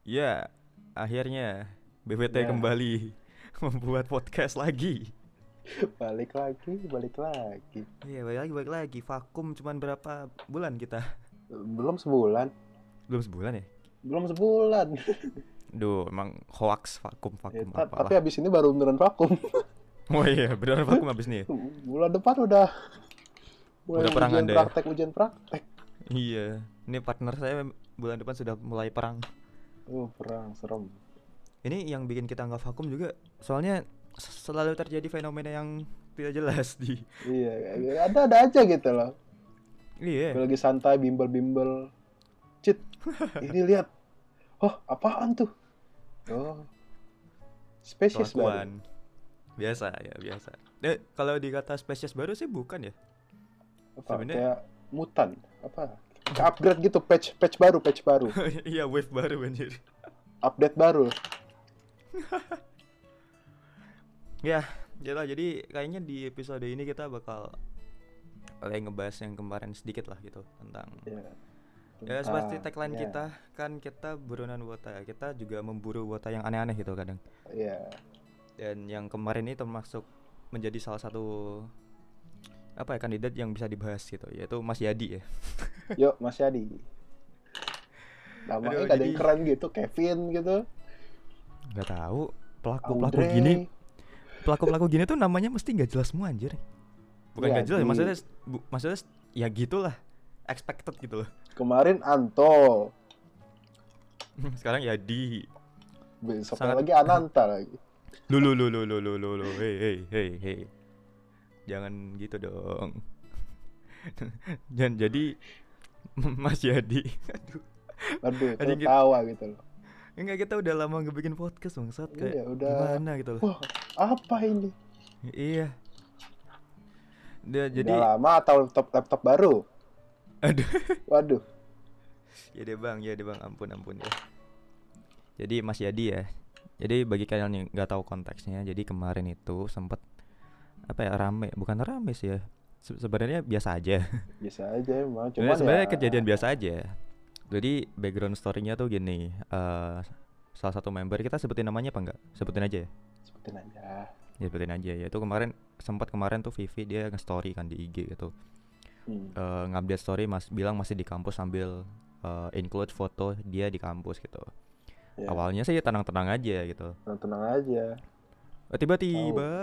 Ya, akhirnya BBT Ya, kembali membuat podcast lagi. balik lagi, balik lagi. Iya, balik lagi. Vakum cuman berapa bulan kita? Belum sebulan, Belum sebulan ya? belum sebulan. Duh, emang hoax vakum Ya, vakum tapi apalah. habis ini baru beneran vakum. Oh iya, beneran vakum abis nih. Bulan depan udah mulai Udah perang ujian Anda ya? praktek, ujian praktek. Iya, ini partner saya bulan depan sudah mulai perang. Perang serem. Ini yang bikin kita nggak vakum juga, soalnya selalu terjadi fenomena yang tidak jelas di. Iya, ada aja gitu loh. Iya, Gue lagi santai, bimbel-bimbel. Cit, ini lihat. Oh, apaan tuh? Oh, spesies baru. kelakuan. Biasa ya, biasa. Kalau dikata spesies baru sih bukan ya. Apa? Sebenarnya Kayak mutan. Apa? Kayak upgrade gitu, patch baru. iya wave baru anjir. Update baru. Ya, jadi kayaknya di episode ini kita bakal ngebahas yang kemarin sedikit lah gitu tentang Ya, ya seperti tentang tagline ya, kita kan kita buronan wota, kita juga memburu wota yang aneh-aneh gitu kadang. ya. Dan yang kemarin ini termasuk menjadi salah satu apa ya kandidat yang bisa dibahas gitu, yaitu Mas Yadi ya. Yuk, Mas Yadi. Namanya Aduh, gak ada yang jadi keren gitu, Kevin gitu, nggak tahu pelaku-pelaku Audrey. gini, pelaku-pelaku gini tuh namanya mesti nggak jelas semua anjir. Bukan Iya, nggak jelas, di maksudnya ya gitulah, expected gitu loh. kemarin Anto, Sekarang Yadi besoknya sangat lagi Ananta lagi. lu, hey, jangan gitu dong. Dan jadi Mas Yadi, aduh, Aduh, itu anjing tawa gitu loh. enggak, kita udah lama nggak bikin podcast bangsat, kayak Iya, udah. gimana gitu loh. Wah, apa ini? Iya, dia Udah jadi lama atau laptop baru? aduh. Waduh. Ya deh bang, ampun ya. Jadi Mas Yadi ya. Jadi bagi kalian yang nggak tahu konteksnya, jadi kemarin itu sempet apa ya, rame, bukan rame sih ya. Sebenarnya biasa aja. Biasa aja emang, Sebenarnya cuman ya sebenarnya kejadian biasa aja. Jadi background story-nya tuh gini. Salah satu member, kita sebutin namanya apa enggak? Sebutin aja ya. sebutin aja. Ya sebutin aja ya. Itu kemarin tuh Vivi dia nge-story kan di IG gitu. Hmm. Ngupdate story bilang masih di kampus sambil include foto dia di kampus gitu. Ya, Awalnya sih ya tenang-tenang aja gitu. tenang aja. Tahu Tiba-tiba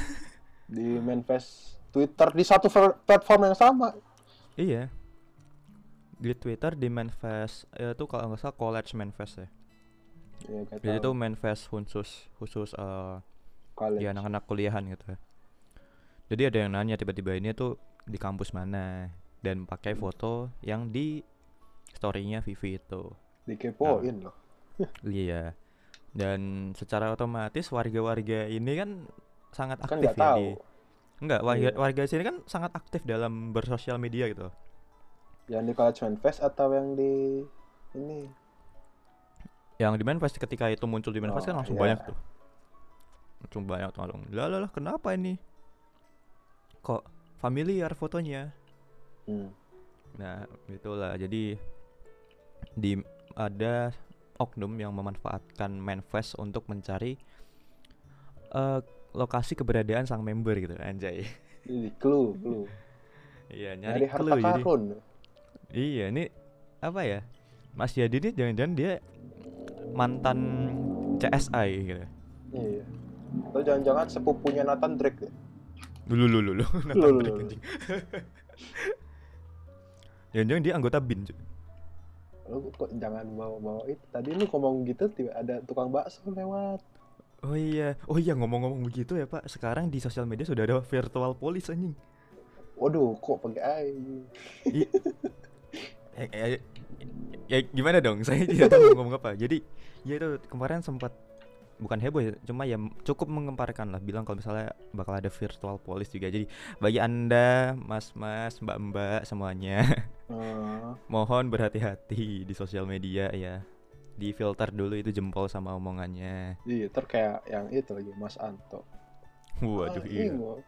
di manifest Twitter di satu platform yang sama. iya, di Twitter di manifest itu kalau nggak salah college manifest ya. Ya, gak Jadi itu tahu. manifest khusus ya College. anak-anak kuliahan gitu ya. Jadi ada yang nanya tiba-tiba ini tuh di kampus mana dan pakai foto yang di story-nya Vivi itu. Nah, Dikepoin loh. iya. Dan secara otomatis warga-warga ini kan sangat Kan aktif nggak ya tahu. di. Enggak, warga, Iya. warga sini kan sangat aktif dalam bersosial media gitu. Yang di college manifest atau yang di ini? Yang di manifest, ketika itu muncul di manifest kan Oh langsung ya. banyak tuh. Langsung banyak tuh langsung. Lah, kenapa ini? Kok familiar fotonya? Hmm. Nah, itulah. Jadi di ada oknum yang memanfaatkan manifest untuk mencari lokasi keberadaan sang member gitu, anjay. Ini clue. Iya, nyari Nyari harta clue jadi. karun. Iya, ini apa ya? Mas Yadi ini jangan-jangan dia mantan CSI gitu. Iya. Atau jangan-jangan sepupunya Nathan Drake ya? Lu Nathan Drake anjing. Jangan-jangan dia anggota BIN cuy. Lu kok jangan bawa-bawa itu. Tadi lu ngomong gitu tiba ada tukang bakso lewat. Oh iya, ngomong-ngomong begitu ya Pak. Sekarang di sosial media sudah ada virtual police anjing. Waduh, kok pakai AI? I- eh, eh, ya gimana dong? Saya tidak tahu mau ngomong apa. Jadi ya itu kemarin sempat bukan heboh ya, cuma ya cukup mengemparkan lah, bilang kalau misalnya bakal ada virtual police juga. Jadi bagi anda mas-mas, mbak-mbak semuanya, mohon berhati-hati di sosial media ya. Di filter dulu itu jempol sama omongannya. Iya, kayak yang itu lagi Mas Anto. Waduh iya. Ingo.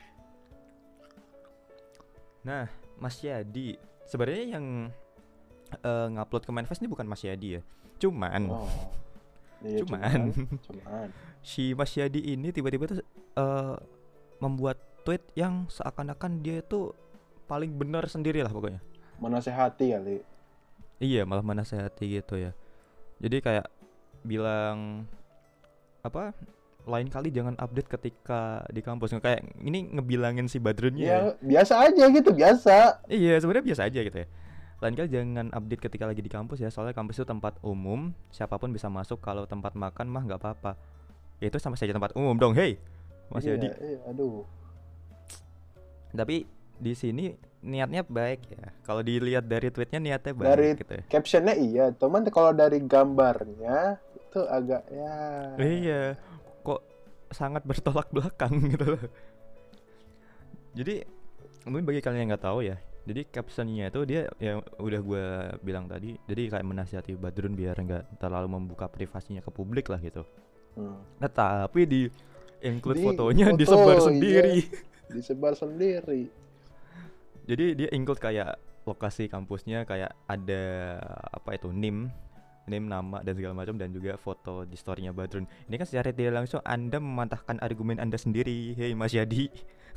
Nah, Mas Yadi, sebenarnya yang ngupload ke Manifest ini bukan Mas Yadi ya. Cuman Oh, iya cuman cuman. si Mas Yadi ini tiba-tiba tuh membuat tweet yang seakan-akan dia itu paling benar sendiri lah pokoknya. Menasehati kali. Iya, malah menasehati gitu ya. Jadi kayak bilang apa? Lain kali jangan update ketika di kampus. Kayak ini ngebilangin si Badrunnya ya. Ya biasa aja gitu, biasa. Iya, sebenarnya biasa aja gitu ya. Lain kali jangan update ketika lagi di kampus ya, soalnya kampus itu tempat umum, siapapun bisa masuk. Kalau tempat makan mah nggak apa-apa. Ya itu sama saja tempat umum dong, hey Mas Yadi. Iya, aduh. Tapi di sini niatnya baik ya. Kalau dilihat dari tweetnya niatnya baik Dari gitu ya. captionnya iya, cuman kalau dari gambarnya itu agak ya. Iya, kok sangat bertolak belakang gitu loh. Jadi mungkin bagi kalian yang nggak tahu ya, jadi captionnya itu dia yang udah gue bilang tadi, jadi kayak menasihati Badrun biar nggak terlalu membuka privasinya ke publik lah gitu. Nah tapi di include Di fotonya foto, disebar iya. sendiri. Disebar sendiri. Jadi dia include kayak lokasi kampusnya, kayak ada apa itu NIM nama dan segala macam, dan juga foto di storynya Badrun. Ini kan secara tidak langsung Anda mematahkan argumen Anda sendiri, hei Mas Yadi.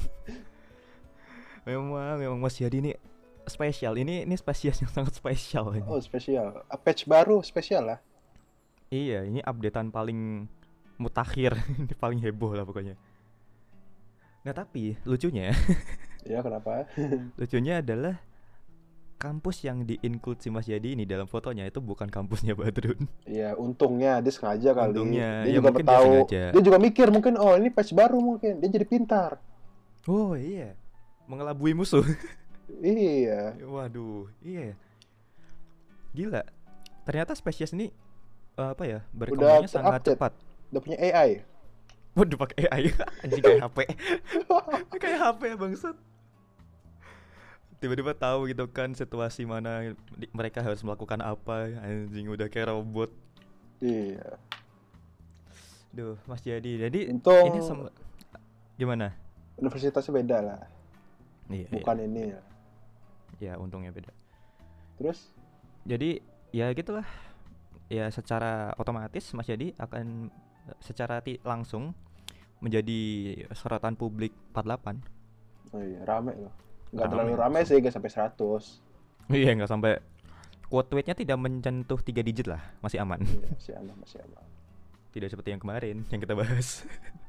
memang Mas Yadi ini spesial. Ini spesies yang sangat spesial ini. Oh, spesial. Patch baru spesial lah. Iya, ini updatean paling mutakhir, ini paling heboh lah pokoknya. Nah tapi lucunya Ya, kenapa? lucunya adalah kampus yang di-include si Mas Yadi ini dalam fotonya itu bukan kampusnya Badrun. Iya, untungnya dia sengaja kali. Untungnya, Dia ya juga mungkin dia tahu. sengaja. Dia juga mikir mungkin, oh ini patch baru mungkin. Dia jadi pintar. Oh iya, mengelabui musuh. Iya. Waduh, iya. Gila. Ternyata spesies ini apa ya, berkembangnya sangat terupdate. cepat. Udah punya AI. Waduh, pakai AI. Anjing kayak HP. Kayak HP ya bangsat. Tiba-tiba tahu gitu kan situasi mana mereka harus melakukan apa. Anjing udah kayak robot. Iya. Duh, Mas Jadi. Jadi Untung ini gimana? universitasnya beda lah. Iya, Bukan iya. ini ya. Ya, untungnya beda. Terus? Jadi ya gitulah. Ya secara otomatis Mas Jadi akan secara langsung menjadi sorotan publik 48. Oh iya, rame loh. Nggak Rame, terlalu rame sih, nggak sampai 100. Iya, nggak sampai. Quote tweetnya tidak menyentuh 3 digit lah, masih aman. Iya, masih aman, masih aman. Tidak seperti yang kemarin yang kita bahas.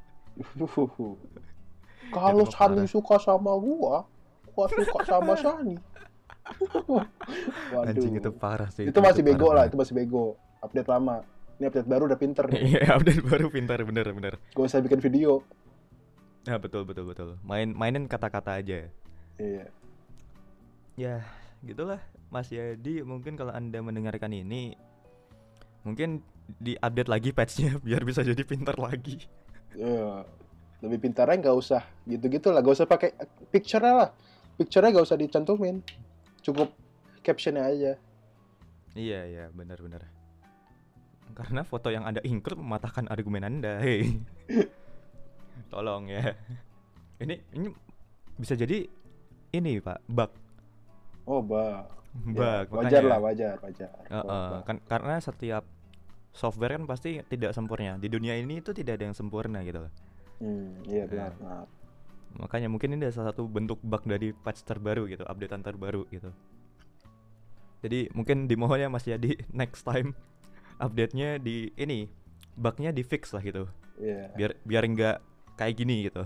Kalau Itu Sani parah. suka sama gua suka sama Sani. Waduh. Anjing itu parah sih. Itu masih parah bego lah, banget. itu masih bego. Update lama. Ini update baru udah pinter nih. Iya, update baru pintar, bener. Gak usah bikin video. Nah, betul. Mainin kata-kata aja. Iya. Ya, gitulah Mas Yadi. Mungkin kalau Anda mendengarkan ini, mungkin di-update lagi patch-nya biar bisa jadi pintar lagi. Iya. Lebih pintarnya nggak usah gitu-gitu lah. Gak usah pakai picture-nya lah. Picture-nya gak usah dicantumin. Cukup caption-nya aja. Iya, benar. Karena foto yang Anda include mematahkan argumen Anda. Hei. Tolong ya. Ini bisa jadi ini, Pak, bug. Oh, bug. Bug, Ya, wajar makanya. lah, wajar. Kan karena setiap software kan pasti tidak sempurna. Di dunia ini itu tidak ada yang sempurna gitu loh. Iya benar. Makanya mungkin ini adalah salah satu bentuk bug dari patch terbaru gitu, updatean terbaru gitu. Jadi mungkin dimohon ya Mas Yadi next time update-nya di ini, bug-nya di fix lah gitu. Iya. Biar nggak kayak gini gitu.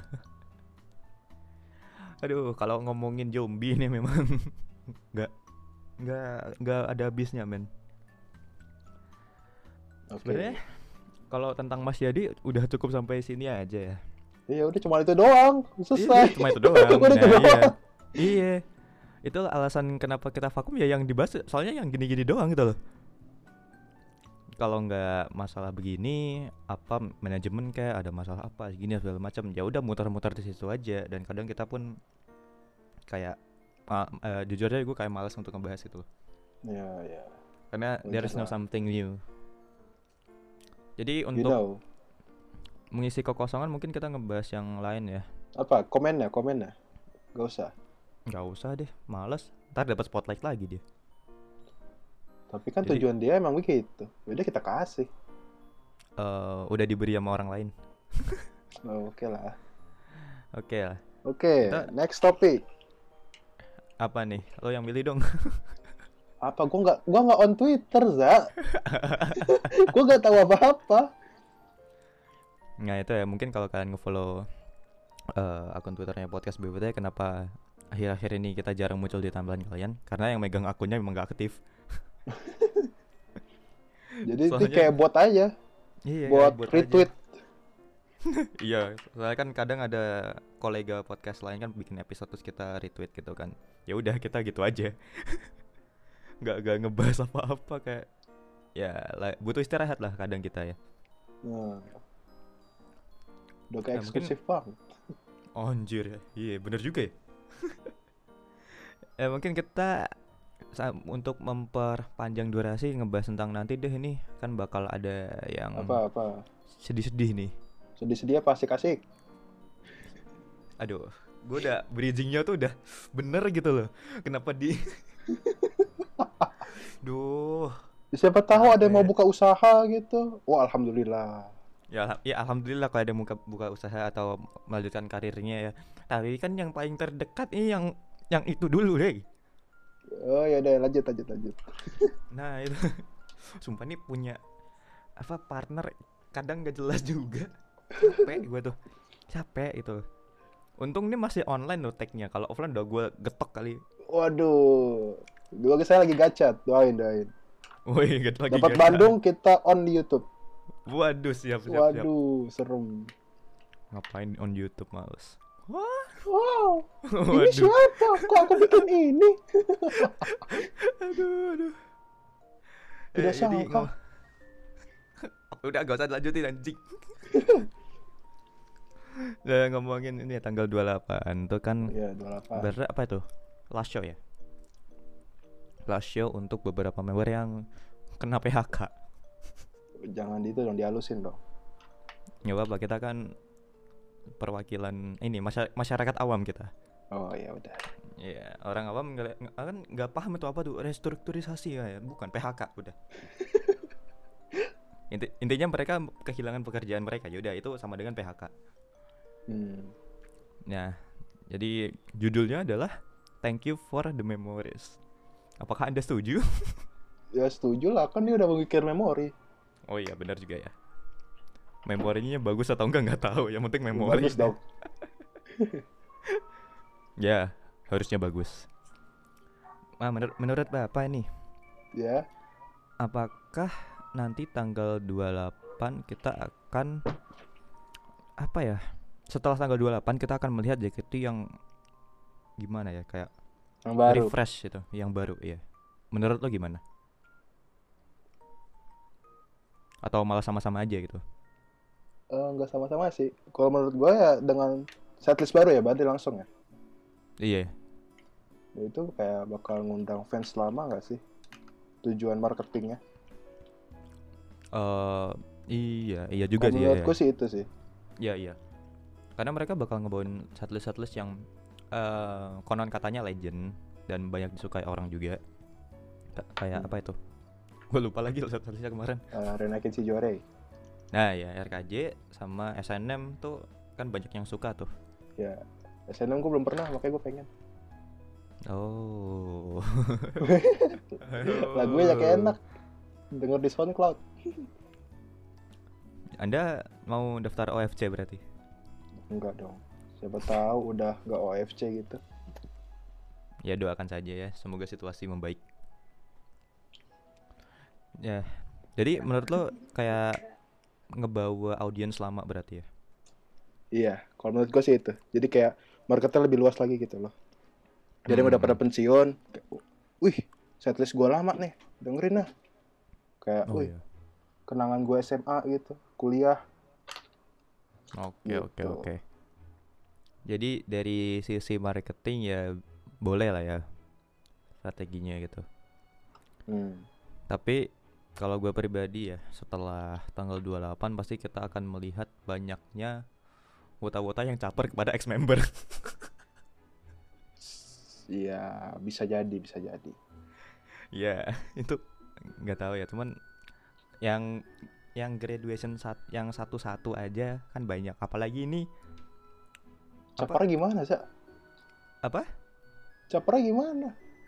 Aduh, kalau ngomongin zombie ini memang nggak ada habisnya, men. Oke. Sebenarnya kalau tentang Mas Yadi udah cukup sampai sini aja ya. Iya, udah cuma itu doang. Selesai. Cuma itu doang. Udah itu doang. Iya. Itu alasan kenapa kita vakum ya, yang dibahas soalnya yang gini-gini doang gitu loh. Kalau nggak masalah begini, apa manajemen kayak ada masalah apa gini segala macam, ya udah muter-muter di situ aja. Dan kadang kita pun kayak jujur aja gue kayak malas untuk ngebahas itu loh. Iya. Karena there is no Wajar lah. something new. Jadi untuk Gitu. mengisi kekosongan mungkin kita ngebahas yang lain ya. Apa? Komennya? Gak usah. Nggak usah deh, malas. Ntar dapat spotlight lagi dia. Tapi kan Jadi tujuan dia emang begitu. Udah kita kasih. udah diberi sama orang lain. Oke lah. Oke lah. Oke, Kita next topic. apa nih? Lo yang milih dong. Apa gua nggak on Twitter, Za. Gua nggak tahu apa-apa. Nah itu ya mungkin kalau kalian ngefollow akun Twitternya podcast BBT, kenapa akhir-akhir ini kita jarang muncul di timeline kalian? Karena yang megang akunnya memang gak aktif. Jadi ini Soalnya kayak bot aja, iya buat buat retweet. aja. Iya, soalnya kan kadang ada kolega podcast lain kan bikin episode terus kita retweet gitu kan. Ya udah kita gitu aja. Nggak ngebahas apa-apa kayak ya butuh istirahat lah kadang kita ya. Nah, udah kayak Nah, mungkin eksklusif banget. oh, anjir ya. Iya, bener juga ya. Mungkin kita untuk memperpanjang durasi ngebahas tentang nanti deh, ini kan bakal ada yang Apa-apa? sedih-sedih nih. Sedih-sedih apa asik-asik? Aduh, gue udah bridgingnya tuh udah bener gitu loh. Kenapa di Duh. Siapa tahu ada yang mau Capek. buka usaha gitu. Wah, alhamdulillah. Ya alhamdulillah kalau ada buka usaha atau melanjutkan karirnya ya. Tapi kan yang paling terdekat ini yang itu dulu deh. Oh ya udah, lanjut. Nah, itu sumpah nih punya apa partner kadang gak jelas juga. Capek gue tuh. Capek itu. Untung ini masih online loh tag-nya. Kalau offline udah gue getok kali. Waduh. Dua saya lagi gacet. Doain. Woi, lagi Dapat gacha. Bandung, kita on di YouTube. Waduh, siap. Waduh, serem. Ngapain on YouTube, males. Wah. Wow. Ini Waduh. siapa? Kok aku bikin ini? Aduh. Tidak Jadi sangka. udah gak usah dilanjutin anjing. Nah, ngomongin ini ya, tanggal 28 tuh kan Iya, 28. apa itu? Last show ya? Last show untuk beberapa member yang kena PHK. Jangan itu dong, dihalusin dong. Nggak apa-apa, kita kan perwakilan ini masyarakat awam kita. Oh ya udah. Iya, orang awam kan nggak paham itu apa tuh restrukturisasi ya, bukan PHK udah. Intinya mereka kehilangan pekerjaan mereka, ya udah itu sama dengan PHK. Nah, jadi judulnya adalah Thank You for the Memories. Apakah Anda setuju? Ya setuju lah, kan dia udah memikir memori. Oh iya, benar juga ya. Memorinya bagus atau enggak tahu, yang penting memori. Bagus dong. Ya, harusnya bagus. Menurut Bapak ini, Ya. apakah nanti tanggal 28 kita akan apa ya? Setelah tanggal 28 kita akan melihat JKT yang gimana ya, kayak Yang baru. refresh itu, yang baru ya. Menurut lo gimana? Atau malah sama-sama aja gitu? Nggak sama-sama sih. Kalau menurut gue ya dengan setlist baru ya, berarti langsung ya. Iya. Ya, itu kayak bakal ngundang fans lama nggak sih? Tujuan marketingnya. Iya juga Kalau sih. menurut gue sih itu sih. Iya. Karena mereka bakal ngebawain setlist yang konon katanya legend dan banyak disukai orang juga. Kayak apa itu? Gue lupa lagi setlistnya kemarin. Renakin si Jore. Nah ya, RKJ sama SNM tuh kan banyak yang suka tuh. Ya. SNM gue belum pernah, makanya gue pengen. Oh. Lagunya kayak enak. Denger di SoundCloud. Anda mau daftar OFC berarti? Enggak dong. Siapa tahu udah nggak OFC gitu. Ya doakan saja ya, semoga situasi membaik. Ya, jadi menurut lo kayak ngebawa audiens lama berarti ya? Iya, kalau menurut gue sih itu. Jadi kayak marketnya lebih luas lagi gitu loh. Jadi yang udah pada pensiun, kayak, wih, setlist gue lama nih, dengerin lah. Kayak, wih, kenangan gue SMA gitu, kuliah. Oke. Jadi dari sisi marketing ya boleh lah ya strateginya gitu. Tapi kalau gue pribadi ya, setelah tanggal 28 pasti kita akan melihat banyaknya wota-wota yang caper kepada ex-member. Iya, bisa jadi. Ya, itu nggak tahu ya, cuman yang graduation yang satu-satu aja kan banyak, apalagi ini apa Capernya gimana, Sa? apa Capernya gimana?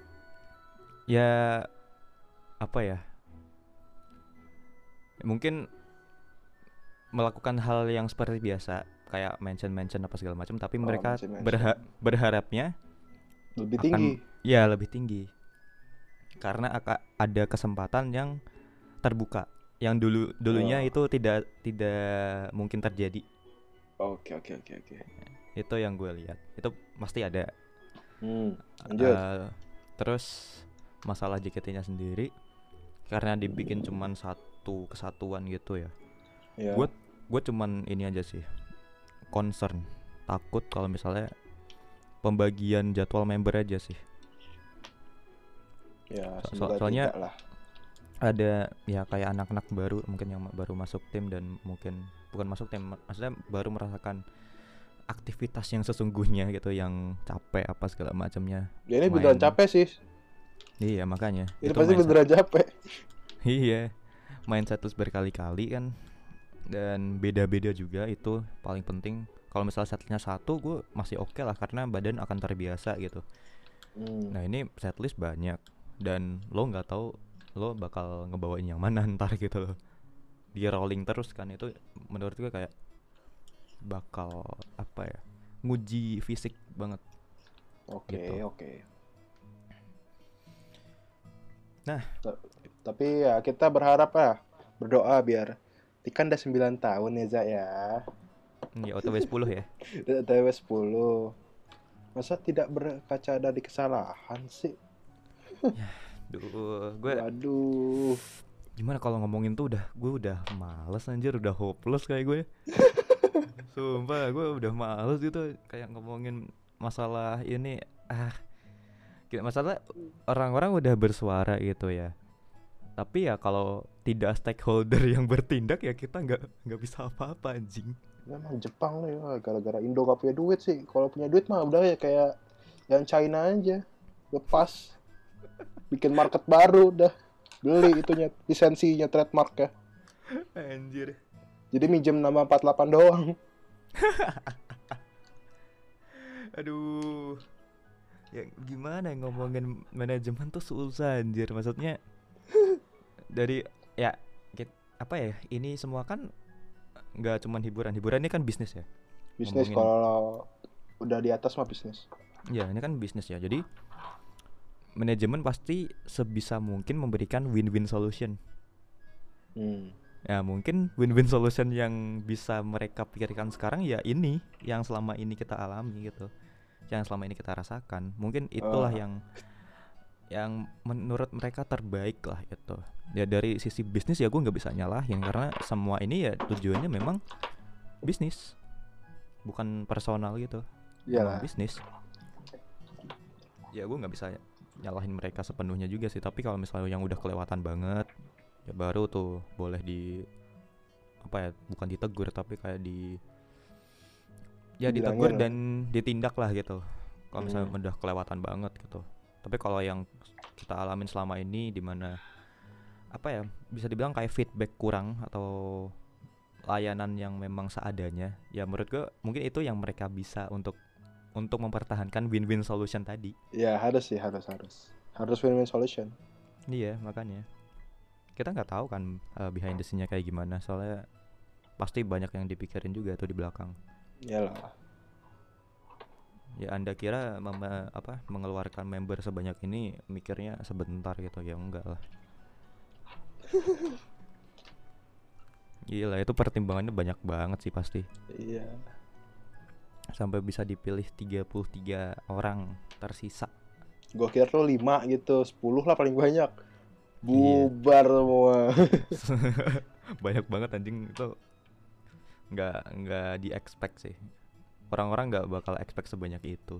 ya apa ya, mungkin melakukan hal yang seperti biasa kayak mention apa segala macam, tapi Oh, mereka mention. berharapnya Lebih tinggi. akan ya lebih tinggi karena ada kesempatan yang terbuka yang dulunya Oh, itu tidak mungkin terjadi. oke. Itu yang gue lihat itu pasti ada. Lanjut. Terus masalah JKT-nya sendiri karena dibikin cuman satu kesatuan gitu ya, Ya, gue cuman ini aja sih, concern, takut kalau misalnya pembagian jadwal member aja sih. ya semoga Soalnya tidak lah. ada ya kayak anak-anak baru mungkin yang baru masuk tim dan mungkin bukan masuk tim, maksudnya baru merasakan aktivitas yang sesungguhnya gitu, yang capek apa segala macamnya, Ya ini beneran main. capek sih. Iya makanya Ini itu pasti beneran capek. iya, main status berkali-kali kan, dan beda-beda juga, itu paling penting. Kalau misalnya setlistnya satu gue masih oke lah karena badan akan terbiasa gitu. Nah ini setlist banyak dan lo nggak tahu lo bakal ngebawain yang mana ntar gitu loh, di rolling terus kan, itu menurut gue kayak bakal apa ya, nguji fisik banget gitu. Oke. Nah, Tapi ya kita berharap lah, berdoa biar Tikan udah 9 tahun ya, Za ya. ini OTW 10 ya. Udah TW 10. Masa tidak berkaca dari kesalahan sih? Duh, gue Waduh. gimana kalau ngomongin tuh gue udah males anjir, udah hopeless kayak gue. Sumpah gue udah males gitu kayak ngomongin masalah ini. Masalah orang-orang udah bersuara gitu ya. Tapi ya kalau tidak stakeholder yang bertindak ya kita nggak bisa apa-apa anjing. Memang Jepang nih, gara-gara Indo gak punya duit sih. Kalau punya duit mah udah ya kayak yang China aja. Lepas. Bikin market baru udah. Beli itunya, lisensinya, trademark ya. Anjir. Jadi minjem nama 48 doang. Aduh. Ya gimana ya, ngomongin manajemen tuh susah anjir. Maksudnya dari ya apa ya, ini semua kan nggak cuman hiburan ini kan bisnis ya. Bisnis Ngomongin kalau udah di atas mah bisnis. ya ini kan bisnis ya, jadi manajemen pasti sebisa mungkin memberikan win-win solution. Ya mungkin win-win solution yang bisa mereka pikirkan sekarang ya ini yang selama ini kita alami gitu, yang selama ini kita rasakan. Mungkin itulah yang menurut mereka terbaik lah gitu. Ya dari sisi bisnis ya gue nggak bisa nyalahin karena semua ini ya tujuannya memang bisnis, bukan personal gitu. Memang Iyalah. bisnis. Ya gue nggak bisa nyalahin mereka sepenuhnya juga sih. Tapi kalau misalnya yang udah kelewatan banget, ya baru tuh boleh di apa ya, bukan ditegur tapi kayak ditegur Bilangin lah. dan ditindak lah gitu. Kalau misalnya udah kelewatan banget gitu. Tapi kalau yang kita alamin selama ini dimana apa ya, bisa dibilang kayak feedback kurang atau layanan yang memang seadanya, ya menurut gue mungkin itu yang mereka bisa untuk mempertahankan win-win solution tadi. Ya harus sih, harus win-win solution. Iya makanya kita nggak tahu kan behind the scene-nya kayak gimana, soalnya pasti banyak yang dipikirin juga tuh di belakang. Iyalah. Ya anda kira mengeluarkan member sebanyak ini mikirnya sebentar gitu, ya enggak lah. Gila itu pertimbangannya banyak banget sih pasti. Iya. Sampai bisa dipilih 33 orang tersisa. Gue kira tuh 5 gitu, 10 lah paling banyak. Iya. Bubar semua. Banyak banget anjing itu. Nggak di expect sih. Orang-orang nggak bakal expect sebanyak itu.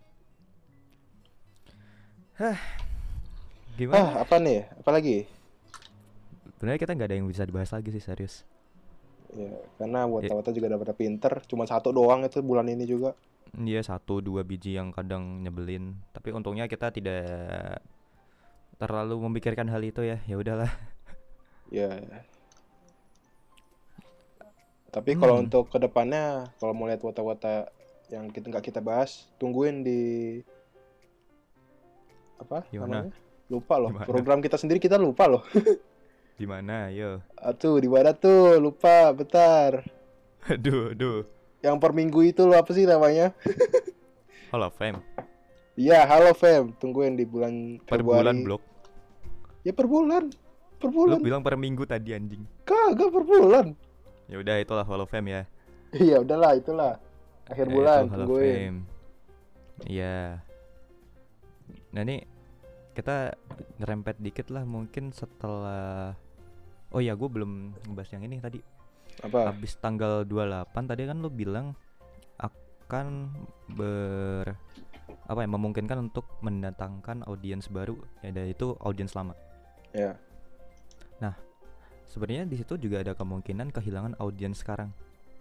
Gimana? Apa nih? Apa lagi? Sebenarnya kita nggak ada yang bisa dibahas lagi sih, serius. Ya, karena buat Ya, Tabata juga udah pada pinter. Cuma 1 doang itu bulan ini juga. iya 1-2 biji yang kadang nyebelin. Tapi untungnya kita tidak terlalu memikirkan hal itu ya. Ya udahlah. Ya. Tapi kalau Hmm, untuk kedepannya, kalau mau lihat wota-wota yang kita nggak kita bahas, tungguin di apa gimana? namanya? Lupa loh. Gimana? Program kita sendiri kita lupa loh. Gimana? Yo. Tuh di mana tuh? Lupa, bentar. Aduh, aduh. Yang per minggu itu loh, apa sih namanya? Hall of Fame. Iya, Halo Fam. Tungguin di bulan Per bulan Februari. blok. Ya per bulan. Per Lu bulan. bilang per minggu tadi anjing. Kagak per bulan. Ya udah itulah Hall of Fame ya. Iya, udahlah itulah. Akhir Ya, itu bulan Hall of tungguin. Fame. Iya. Nah ini kita ngerempet dikit lah mungkin setelah. Oh ya, gue belum ngebahas yang ini tadi. Apa? Habis tanggal 28 tadi kan lu bilang akan memungkinkan untuk mendatangkan audiens baru, ya itu audiens lama. Ya. Nah, sebenarnya di situ juga ada kemungkinan kehilangan audiens sekarang.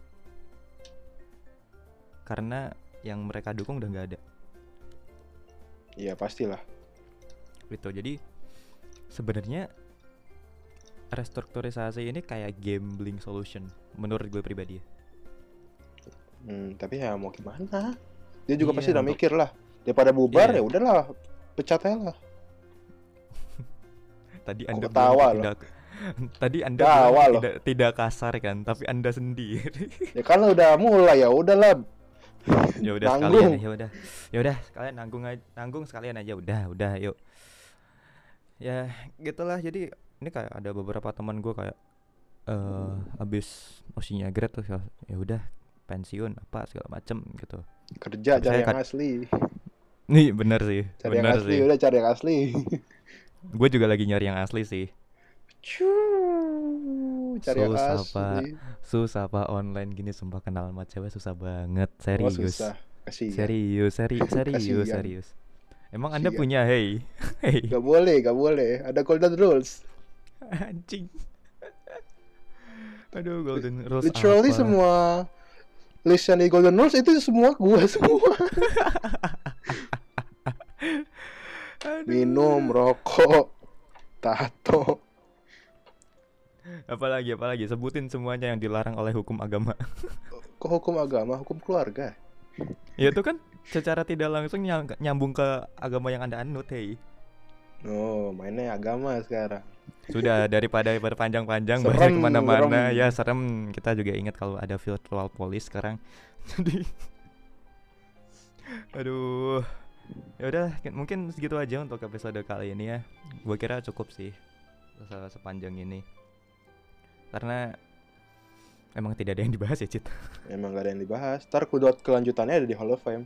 Karena yang mereka dukung udah nggak ada. Iya, pastilah. Gitu. Jadi sebenarnya restrukturisasi ini kayak gambling solution menurut gue pribadi ya. Tapi ya mau gimana? Dia juga pasti Iya, udah untuk mikir lah. Daripada bubar iya. ya udahlah, pecat aja lah. Tadi Kok Anda ketawa bilang loh? tidak tadi Anda Ketawa bilang loh. tidak kasar kan, tapi Anda sendiri. Ya kan udah mulai ya udahlah. Ya udah Nanggung. sekalian ya udah sekalian nanggung sekalian aja udah yuk. Ya gitulah, jadi ini kayak ada beberapa teman gue kayak abis usianya grad tuh ya udah pensiun apa segala macem gitu. Kerja Tapi cari saya yang asli. nih bener sih, Cari yang bener asli, sih. udah cari yang asli. Gue juga lagi nyari yang asli sih. Cari yang Susah pak online gini, sumpah kenal sama cewek susah banget, Oh serius. susah. Kasihan. Serius. Kasihan. Emang Anda Kasihan. punya hey? Gak boleh. Ada golden rules. Anjing. Aduh, golden rules Literally apa? semua list yang di golden rules itu semua gua semua. Aduh. Minum, rokok, tato. Apalagi sebutin semuanya yang dilarang oleh hukum agama. Kok hukum agama, hukum keluarga? Ya itu kan secara tidak langsung nyambung ke agama yang Anda anut, hey. Oh, mainnya agama sekarang. Sudah, daripada berpanjang-panjang Serem, bahas kemana-mana serem. ya serem. Kita juga ingat kalau ada virtual police sekarang. Jadi aduh, ya udah mungkin segitu aja untuk episode kali ini ya. Gue kira cukup sih sepanjang ini, karena emang tidak ada yang dibahas ya, Cit. Emang gak ada yang dibahas. Ntar kudot kelanjutannya ada di Hall of Fame.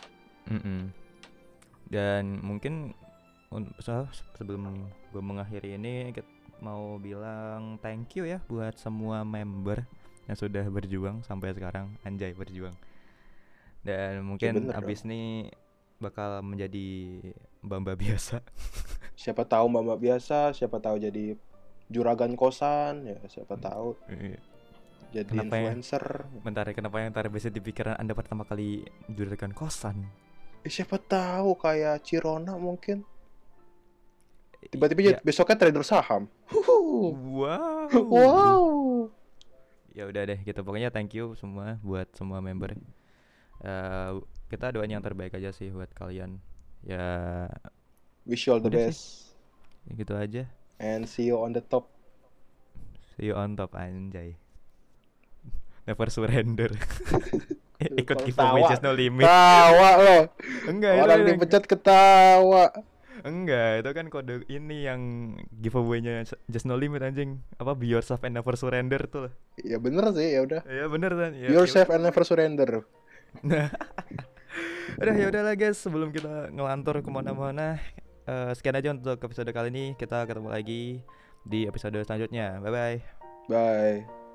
Dan mungkin sebelum gue mengakhiri ini mau bilang thank you ya buat semua member yang sudah berjuang sampai sekarang. Anjay, berjuang. Dan mungkin abis ini bakal menjadi mbak biasa. Siapa tahu mbak biasa, siapa tahu jadi juragan kosan, ya siapa tahu jadi influencer. Bentar, kenapa yang bisa di pikiran Anda pertama kali juragan kosan? Siapa tahu kayak Cirona mungkin. Tiba-tiba besoknya trader saham. Wow. Ya udah deh gitu, pokoknya thank you semua buat semua member. Kita doain yang terbaik aja sih buat kalian. Ya wish you all the best. Ya gitu aja. And see you on the top. See you on top, anjay. Never surrender. Ikut giveaway Just No Limit. Tawa lo. Enggak, orang itu dipecat ketawa. Enggak, itu kan kode ini yang giveaway-nya Just No Limit anjing. Apa Be Yourself and Never Surrender tuh. Ya bener sih, ya udah. Ya bener kan. Ya, Be Yourself and Never Surrender. Nah. Ya udahlah guys, sebelum kita ngelantur kemana-mana, sekian aja untuk episode kali ini. Kita ketemu lagi di episode selanjutnya. Bye bye. Bye.